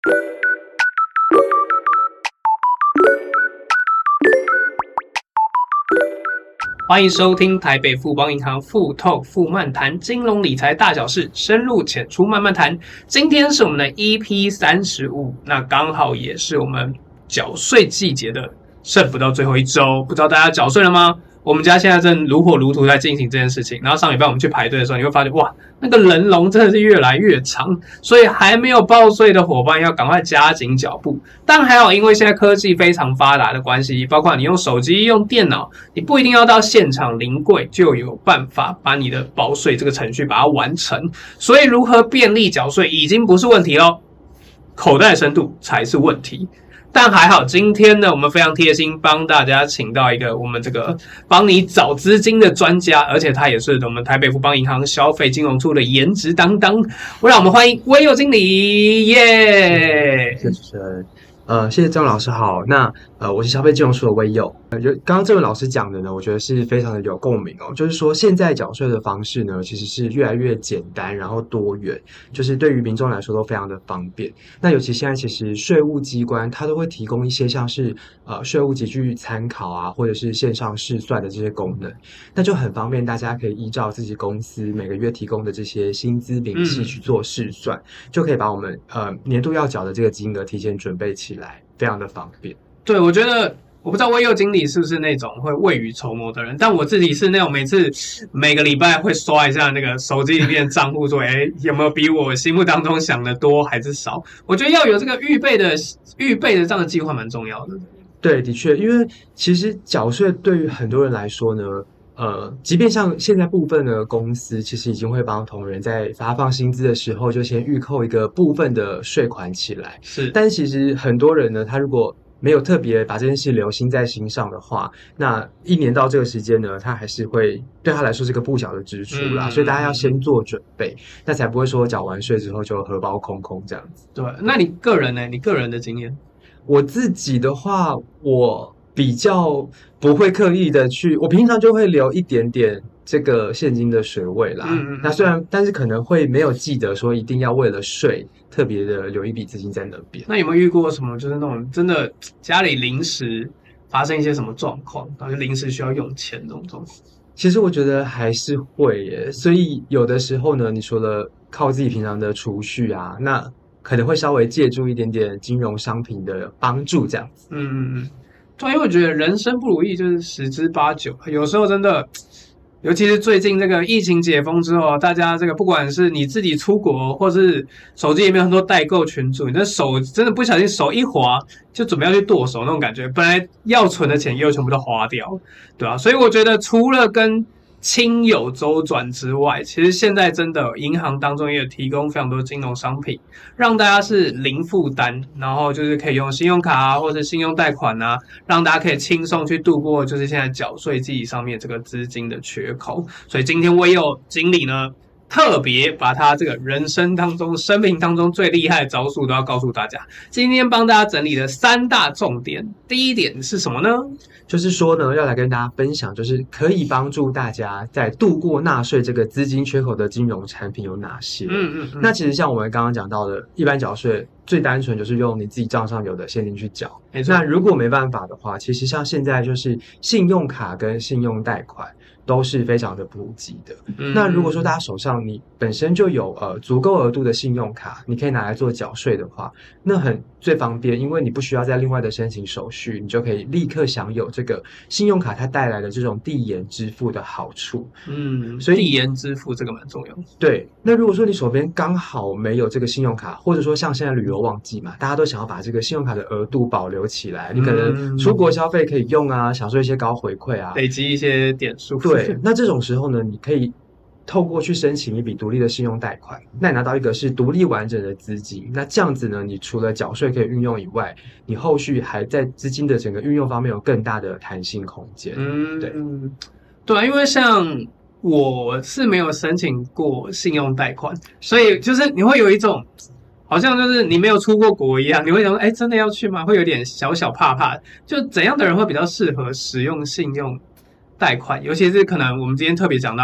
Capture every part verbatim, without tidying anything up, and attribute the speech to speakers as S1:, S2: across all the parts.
S1: 欢迎收听台北富邦银行富透富漫谈金融理财大小事，深入浅出慢慢谈。今天是我们的 E P 三十五，那刚好也是我们缴税季节的剩不到最后一周，不知道大家缴税了吗？我们家现在正如火如荼在进行这件事情，然后上礼拜我们去排队的时候，你会发现哇，那个人龙真的是越来越长，所以还没有报税的伙伴要赶快加紧脚步。但还好，因为现在科技非常发达的关系，包括你用手机、用电脑，你不一定要到现场临柜就有办法把你的报税这个程序把它完成。所以如何便利缴税已经不是问题咯，口袋深度才是问题。但还好，今天呢，我们非常贴心，帮大家请到一个我们这个帮你找资金的专家，而且他也是我们台北富邦银行消费金融处的颜值担当。让我们欢迎威佑经理，耶！
S2: 谢谢主持人。呃，谢谢郑老师好。那呃，我是消费金融处的威佑。呃，就刚刚这位老师讲的呢，我觉得是非常的有共鸣哦。就是说，现在缴税的方式呢，其实是越来越简单，然后多元，就是对于民众来说都非常的方便。那尤其现在，其实税务机关它都会提供一些像是呃税务集聚参考啊，或者是线上试算的这些功能，那就很方便，大家可以依照自己公司每个月提供的这些薪资明细去做试算，嗯、就可以把我们呃年度要缴的这个金额提前准备起来，非常的方便。
S1: 对，我觉得我不知道威佑经理是不是那种会未雨绸缪的人，但我自己是那种每次每个礼拜会刷一下那个手机里面的账户，说，哎，有没有比我心目当中想的多还是少？我觉得要有这个预备的预备的这样的计划蛮重要的。
S2: 对，的确，因为其实缴税对于很多人来说呢，呃，即便像现在部分的公司，其实已经会帮同仁在发放薪资的时候，就先预扣一个部分的税款起来。
S1: 是，
S2: 但其实很多人呢，他如果没有特别把这件事留心在心上的话，那一年到这个时间呢，他还是会对他来说是个不小的支出啦。嗯、所以大家要先做准备，那才不会说缴完税之后就荷包空空这样子。
S1: 对，那你个人呢？你个人的经验？
S2: 我自己的话，我比较不会刻意的去，我平常就会留一点点这个现金的水位啦。嗯嗯。那虽然，但是可能会没有记得说一定要为了税特别的留一笔资金在那边。
S1: 那有没有遇过什么就是那种真的家里临时发生一些什么状况，然后就临时需要用钱这种状况？
S2: 其实我觉得还是会耶，所以有的时候呢，你除了靠自己平常的储蓄啊，那可能会稍微借助一点点金融商品的帮助，这样子。
S1: 嗯嗯嗯，对，因为我觉得人生不如意就是十之八九，有时候真的，尤其是最近这个疫情解封之后，大家这个不管是你自己出国，或是手机里面有很多代购群组，你的手真的不小心手一滑，就准备要去剁手那种感觉，本来要存的钱又全部都花掉，对啊，所以我觉得除了跟亲友周转之外，其实现在真的银行当中也有提供非常多金融商品，让大家是零负担，然后就是可以用信用卡啊，或者信用贷款啊，让大家可以轻松去度过就是现在缴税季上面这个资金的缺口。所以今天威佑经理呢，特别把他这个人生当中、生命当中最厉害的招数都要告诉大家。今天帮大家整理了三大重点，第一点是什么呢？
S2: 就是说呢，要来跟大家分享，就是可以帮助大家在度过纳税这个资金缺口的金融产品有哪些？嗯嗯嗯。那其实像我们刚刚讲到的，一般缴税最单纯就是用你自己账上有的现金去缴。那如果没办法的话，其实像现在就是信用卡跟信用贷款都是非常的普及的。嗯、那如果说大家手上你本身就有呃足够额度的信用卡，你可以拿来做缴税的话，那很最方便，因为你不需要再另外的申请手续，你就可以立刻享有这个信用卡它带来的这种递延支付的好处。
S1: 嗯，所以递延支付这个蛮重要的。
S2: 对，那如果说你手边刚好没有这个信用卡，或者说像现在旅游旺季嘛，大家都想要把这个信用卡的额度保留起来，你可能出国消费可以用啊，享受一些高回馈啊，
S1: 累积一些点数。
S2: 对，那这种时候呢，你可以透过去申请一笔独立的信用贷款，那你拿到一个是独立完整的资金，那这样子呢，你除了缴税可以运用以外，你后续还在资金的整个运用方面有更大的弹性空间。嗯，对，
S1: 对啊，因为像我是没有申请过信用贷款，所以就是你会有一种好像就是你没有出过国一样，你会想说，哎，真的要去吗？会有点小小怕怕。就怎样的人会比较适合使用信用贷款？尤其是可能我们今天特别讲到嘛，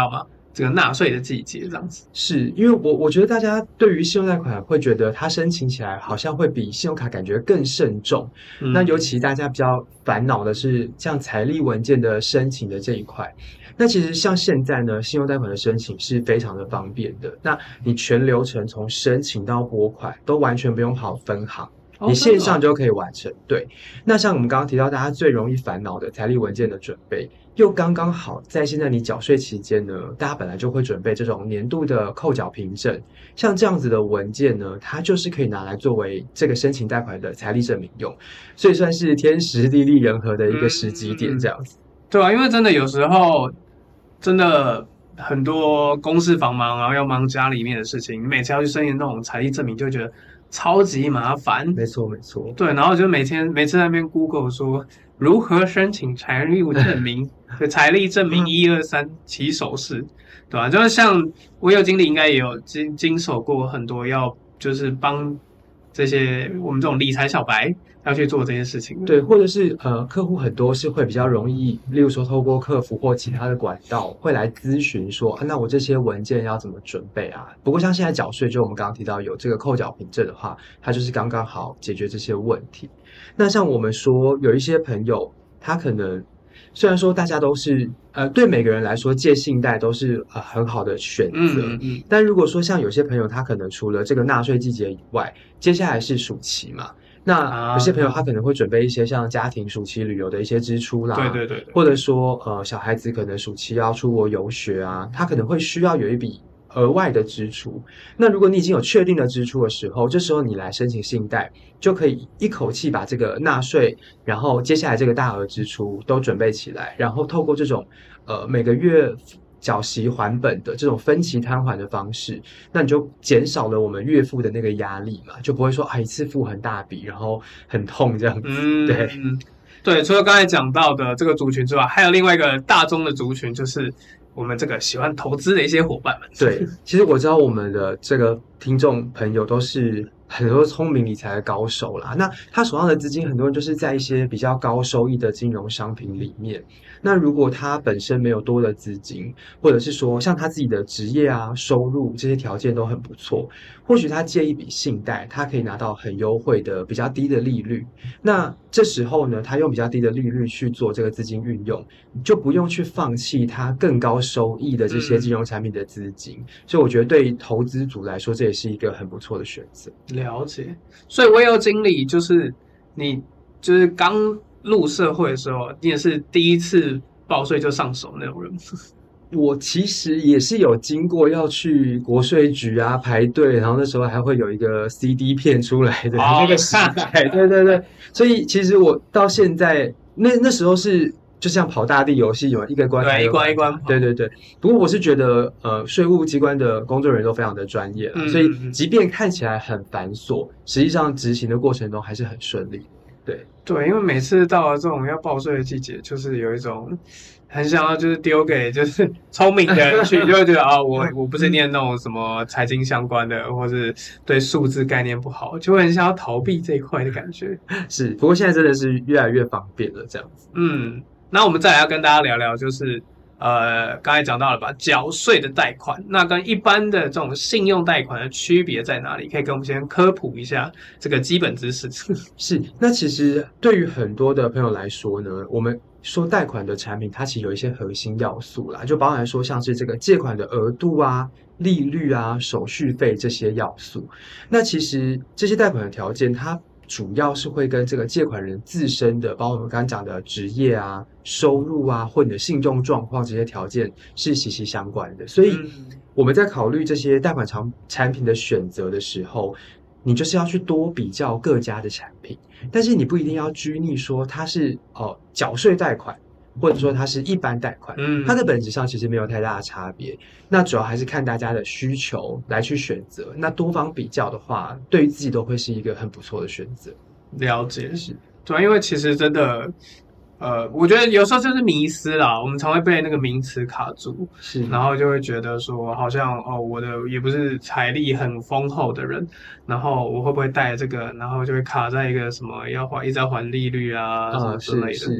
S1: 这个纳税的季节这样子。
S2: 是因为我我觉得大家对于信用贷款会觉得它申请起来好像会比信用卡感觉更慎重，嗯、那尤其大家比较烦恼的是像财力文件的申请的这一块。那其实像现在呢，信用贷款的申请是非常的方便的，那你全流程从申请到拨款都完全不用跑分行，你线上就可以完成。对，那像我们刚刚提到大家最容易烦恼的财力文件的准备，又刚刚好在现在你缴税期间呢，大家本来就会准备这种年度的扣缴凭证，像这样子的文件呢，它就是可以拿来作为这个申请贷款的财力证明用，所以算是天时地利人和的一个时机点这样子。
S1: 嗯、对啊，因为真的有时候真的很多公事房忙，然后要忙家里面的事情，你每次要去申请那种财力证明，就会觉得超级麻烦。
S2: 没错没错，
S1: 对，然后就每天每次在那边 Google 说如何申请财力证明，财力证明一二三起手式，对吧、啊？就是像我有经理应该也有经经手过很多要就是帮这些我们这种理财小白要去做这些事情。
S2: 对，或者是呃客户很多是会比较容易，例如说透过客服或其他的管道会来咨询说、啊、那我这些文件要怎么准备啊？不过像现在缴税，就我们刚刚提到有这个扣缴凭证的话，它就是刚刚好解决这些问题。那像我们说有一些朋友他可能虽然说大家都是呃对每个人来说借信贷都是呃很好的选择，嗯嗯嗯，但如果说像有些朋友他可能除了这个纳税季节以外，接下来是暑期嘛，那有些朋友他可能会准备一些像家庭暑期旅游的一些支出啦，
S1: 对对 对, 对，
S2: 或者说呃小孩子可能暑期要出国游学啊，他可能会需要有一笔额外的支出。那如果你已经有确定的支出的时候，这时候你来申请信贷，就可以一口气把这个纳税，然后接下来这个大额支出都准备起来，然后透过这种呃每个月缴息还本的这种分期摊还的方式，那你就减少了我们月付的那个压力嘛，就不会说啊一次付很大笔，然后很痛这样子。嗯，对。
S1: 对，除了刚才讲到的这个族群之外，还有另外一个大宗的族群，就是我们这个喜欢投资的一些伙伴们。
S2: 对，其实我知道我们的这个听众朋友都是很多聪明理财的高手啦，那他手上的资金很多人就是在一些比较高收益的金融商品里面。那如果他本身没有多的资金，或者是说像他自己的职业啊、收入这些条件都很不错，或许他借一笔信贷，他可以拿到很优惠的比较低的利率。那这时候呢，他用比较低的利率去做这个资金运用，就不用去放弃他更高收益的这些金融产品的资金。嗯、所以我觉得对于投资族来说，这也是一个很不错的选择。
S1: 了解，所以我也有经历，就是你就是刚入社会的时候，你也是第一次报税就上手那种人。
S2: 我其实也是有经过要去国税局啊排队，然后那时候还会有一个 C D 片出来的那个时代，对对对，所以其实我到现在那那时候是就像跑大地游戏，有一个关
S1: 对一关一关跑，
S2: 对对对。不过我是觉得呃税务机关的工作人员都非常的专业啦，嗯、所以即便看起来很繁琐，实际上执行的过程中还是很顺利。对
S1: 对，因为每次到了这种要报税的季节，就是有一种很想要就是丢给就是聪明的人去，就会觉得啊、哦，我我不是念那种什么财经相关的，或是对数字概念不好，就会很想要逃避这一块的感觉。
S2: 是，不过现在真的是越来越方便了，这样子。
S1: 嗯，那我们再来要跟大家聊聊，就是呃，刚才讲到了吧，缴税的贷款，那跟一般的这种信用贷款的区别在哪里？可以给我们先科普一下这个基本知识。
S2: 是，那其实对于很多的朋友来说呢，我们说贷款的产品，它其实有一些核心要素啦，就包含说像是这个借款的额度啊、利率啊、手续费这些要素。那其实这些贷款的条件，它主要是会跟这个借款人自身的，包括我们刚刚讲的职业啊、收入啊，或你的信用状况这些条件是息息相关的。所以我们在考虑这些贷款产产品的选择的时候，你就是要去多比较各家的产品，但是你不一定要拘泥说它是哦缴税贷款，或者说它是一般贷款，嗯，它的本质上其实没有太大的差别。那主要还是看大家的需求来去选择。那多方比较的话，对于自己都会是一个很不错的选择。
S1: 了解，是，对，因为其实真的，呃，我觉得有时候就是迷思啦，我们常会被那个名词卡住，
S2: 是，
S1: 然后就会觉得说，好像哦，我的也不是财力很丰厚的人，然后我会不会带这个，然后就会卡在一个什么要还一直要还利率啊，啊什么之类的。
S2: 是是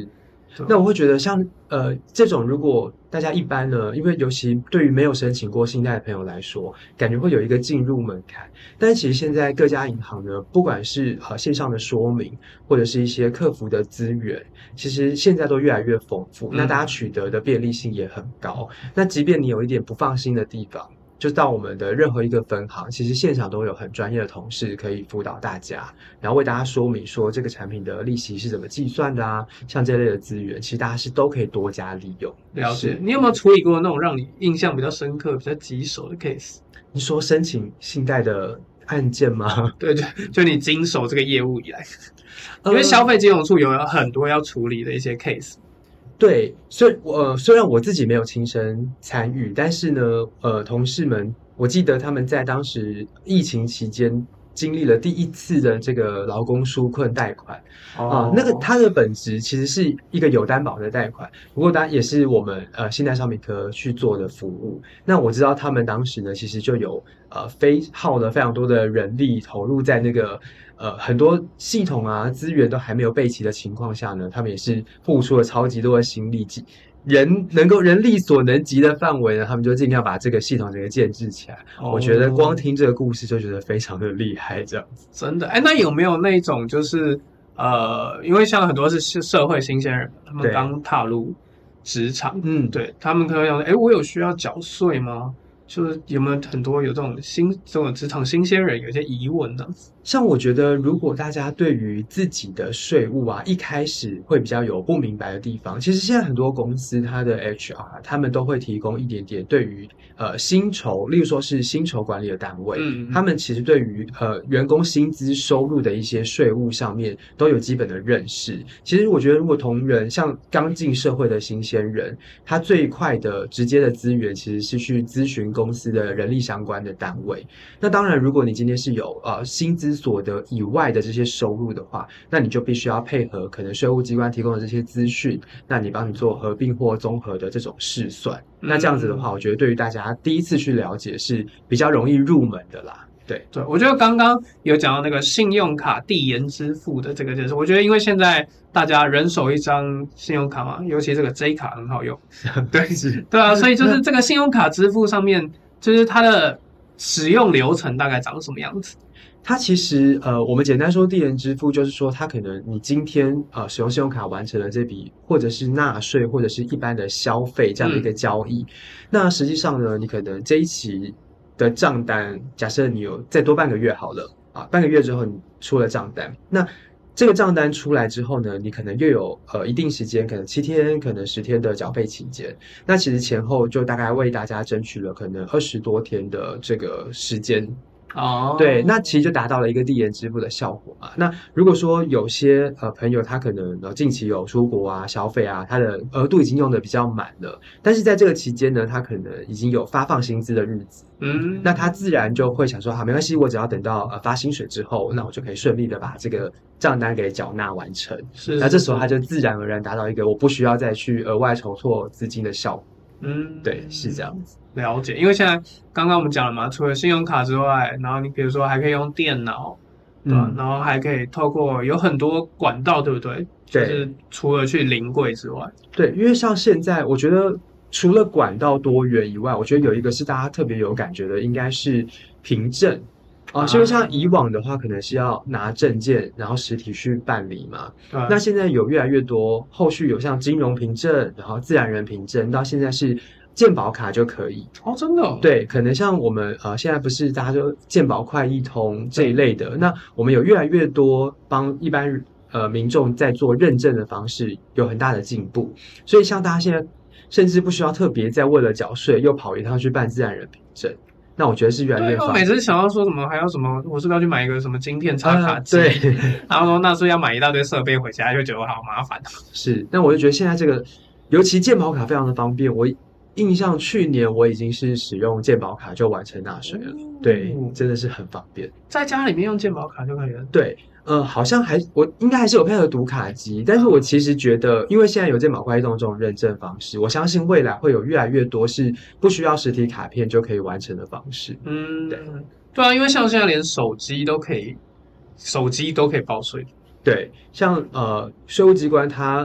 S2: 那我会觉得像呃这种，如果大家一般呢，因为尤其对于没有申请过信贷的朋友来说，感觉会有一个进入门槛。但其实现在各家银行呢，不管是呃线上的说明，或者是一些客服的资源，其实现在都越来越丰富，那大家取得的便利性也很高。那即便你有一点不放心的地方，就到我们的任何一个分行，其实现场都有很专业的同事可以辅导大家，然后为大家说明说这个产品的利息是怎么计算的啊，像这类的资源，其实大家是都可以多加利用。
S1: 了解。你有没有处理过那种让你印象比较深刻、比较棘手的 case？
S2: 你说申请信贷的案件吗？
S1: 对对，就你经手这个业务以来，因为消费金融处有很多要处理的一些 case。
S2: 对，虽呃虽然我自己没有亲身参与，但是呢，呃，同事们，我记得他们在当时疫情期间经历了第一次的这个劳工纾困贷款啊、
S1: 哦
S2: 呃，那个它的本质其实是一个有担保的贷款，不过当然也是我们呃信贷商品科去做的服务。那我知道他们当时呢，其实就有呃非耗了非常多的人力投入在那个。呃，很多系统啊资源都还没有备齐的情况下呢，他们也是付出了超级多的心力，人能够人力所能及的范围呢，他们就尽量把这个系统整个建制起来。哦、我觉得光听这个故事就觉得非常的厉害，这样子。
S1: 真的，哎，那有没有那种就是呃，因为像很多是社会新鲜人，他们刚踏入职场，嗯，对他们可能想，哎，我有需要缴税吗？就是有没有很多有这种新这种职场新鲜人有一些疑问呢？
S2: 像我觉得，如果大家对于自己的税务啊，一开始会比较有不明白的地方，其实现在很多公司它的 H R 他们都会提供一点点对于呃薪酬，例如说是薪酬管理的单位，嗯嗯他们其实对于呃员工薪资收入的一些税务上面都有基本的认识。其实我觉得，如果同仁像刚进社会的新鲜人，他最快的直接的资源其实是去咨询公司的人力相关的单位。那当然，如果你今天是有呃薪资所得以外的这些收入的话，那你就必须要配合可能税务机关提供的这些资讯，那你帮你做合并或综合的这种试算。那这样子的话，我觉得对于大家第一次去了解是比较容易入门的啦。对
S1: 对，我觉得刚刚有讲到那个信用卡递延支付的这个件事，我觉得因为现在大家人手一张信用卡嘛，尤其这个 J 卡很好用，对对啊，所以就是这个信用卡支付上面，就是它的使用流程大概长什么样子？
S2: 它其实呃，我们简单说递延支付，就是说它可能你今天呃使用信用卡完成了这笔，或者是纳税，或者是一般的消费这样的一个交易。嗯、那实际上呢，你可能这一期的账单，假设你有再多半个月好了啊，半个月之后你出了账单，那这个账单出来之后呢，你可能又有呃一定时间，可能七天，可能十天的缴费期间。那其实前后就大概为大家争取了可能二十多天的这个时间。哦，对，那其实就达到了一个递延支付的效果嘛。那如果说有些呃朋友他可能呃近期有出国啊消费啊，他的额度已经用的比较满了，但是在这个期间呢，他可能已经有发放薪资的日子，嗯，那他自然就会想说，好，没关系，我只要等到呃发薪水之后，那我就可以顺利的把这个账单给缴纳完成。是，那这时候他就自然而然达到一个我不需要再去额外筹措资金的效果。嗯，对，是这样子。
S1: 了解，因为现在刚刚我们讲了嘛，除了信用卡之外，然后你比如说还可以用电脑，对吧？嗯、然后还可以透过有很多管道，对不对？
S2: 对，
S1: 就是除了去临柜之外，
S2: 对，因为像现在，我觉得除了管道多元以外，我觉得有一个是大家特别有感觉的，应该是凭证。啊，因为像以往的话，可能是要拿证件，然后实体去办理嘛。嗯、那现在有越来越多，后续有像金融凭证，然后自然人凭证，到现在是健保卡就可以。
S1: 哦，真的、哦？
S2: 对，可能像我们呃现在不是大家就健保快易通这一类的，那我们有越来越多帮一般呃民众在做认证的方式有很大的进步，所以像大家现在甚至不需要特别再为了缴税又跑一趟去办自然人凭证。那我觉得是越来越方便。
S1: 我每次想要说什么，还要什么，我是不是要去买一个什么晶片插卡机？
S2: 啊、对，
S1: 然后说那是要买一大堆设备回家，就觉得我好麻烦。
S2: 是，但我就觉得现在这个，尤其健保卡非常的方便。我印象去年我已经是使用健保卡就完成纳税了，哦、对，真的是很方便。
S1: 在家里面用健保卡就可以了。
S2: 对。呃，好像还我应该还是有配合读卡机，但是我其实觉得，因为现在有健保快易通这种认证方式，我相信未来会有越来越多是不需要实体卡片就可以完成的方式。
S1: 嗯，对，对啊，因为像现在连手机都可以，手机都可以报税。
S2: 对，像呃税务机关它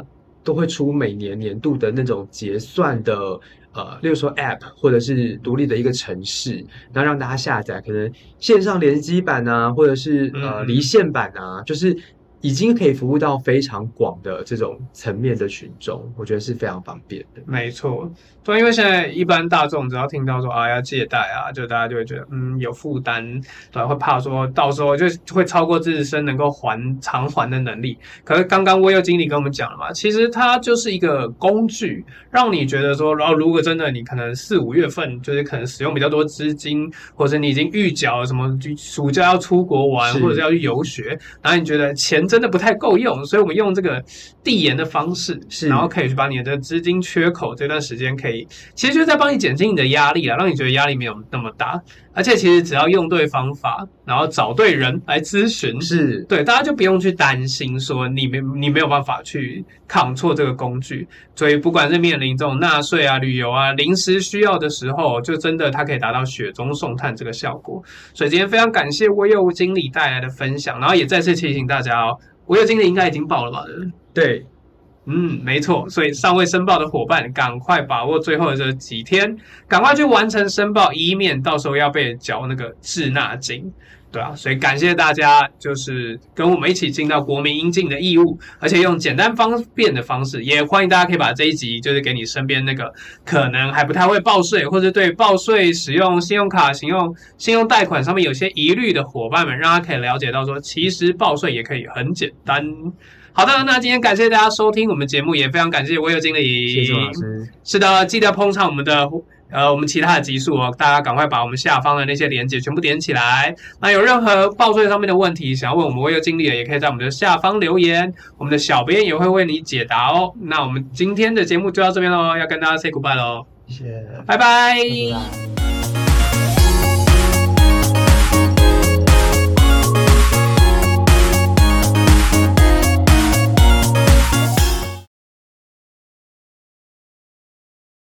S2: 都会出每年年度的那种结算的呃，例如说 App 或者是独立的一个程式，然后让大家下载，可能线上联机版啊，或者是呃离线版啊，就是已经可以服务到非常广的这种层面的群众，我觉得是非常方便的。
S1: 没错，对，因为现在一般大众只要听到说啊要借贷啊，就大家就会觉得嗯有负担，对，会怕说到时候就会超过自身能够还偿还的能力。可是刚刚威佑经理跟我们讲了嘛，其实它就是一个工具，让你觉得说，然后如果真的你可能四五月份就是可能使用比较多资金，或者你已经预缴了什么暑假要出国玩，或者是要去游学，然后你觉得钱真的不太够用，所以我们用这个递延的方式，然后可以去把你的资金缺口这段时间可以，其实就是在帮你减轻你的压力啦，让你觉得压力没有那么大。而且其实只要用对方法，然后找对人来咨询，
S2: 是
S1: 对大家就不用去担心说你没你没有办法去抗挫这个工具。所以不管是面临这种纳税啊、旅游啊、临时需要的时候，就真的它可以达到雪中送炭这个效果。所以今天非常感谢威佑经理带来的分享，然后也再次提醒大家哦，威佑经理应该已经报了吧？
S2: 对。
S1: 嗯，没错，所以尚未申报的伙伴，赶快把握最后的这几天，赶快去完成申报，以免到时候要被缴那个滞纳金，对啊，所以感谢大家，就是跟我们一起尽到国民应尽的义务，而且用简单方便的方式，也欢迎大家可以把这一集就是给你身边那个可能还不太会报税，或者对报税使用信用卡、信用信用贷款上面有些疑虑的伙伴们，让他可以了解到说，其实报税也可以很简单。好的，那今天感谢大家收听我们节目，也非常感谢威佑经理。
S2: 谢谢老师。
S1: 是的，记得捧场我们的呃我们其他的集数哦，大家赶快把我们下方的那些连结全部点起来。那有任何报税上面的问题想要问我们威佑经理的，也可以在我们的下方留言，我们的小编也会为你解答哦。那我们今天的节目就到这边喽，要跟大家 say goodbye 喽。
S2: 谢谢，
S1: 拜拜。
S2: 拜拜。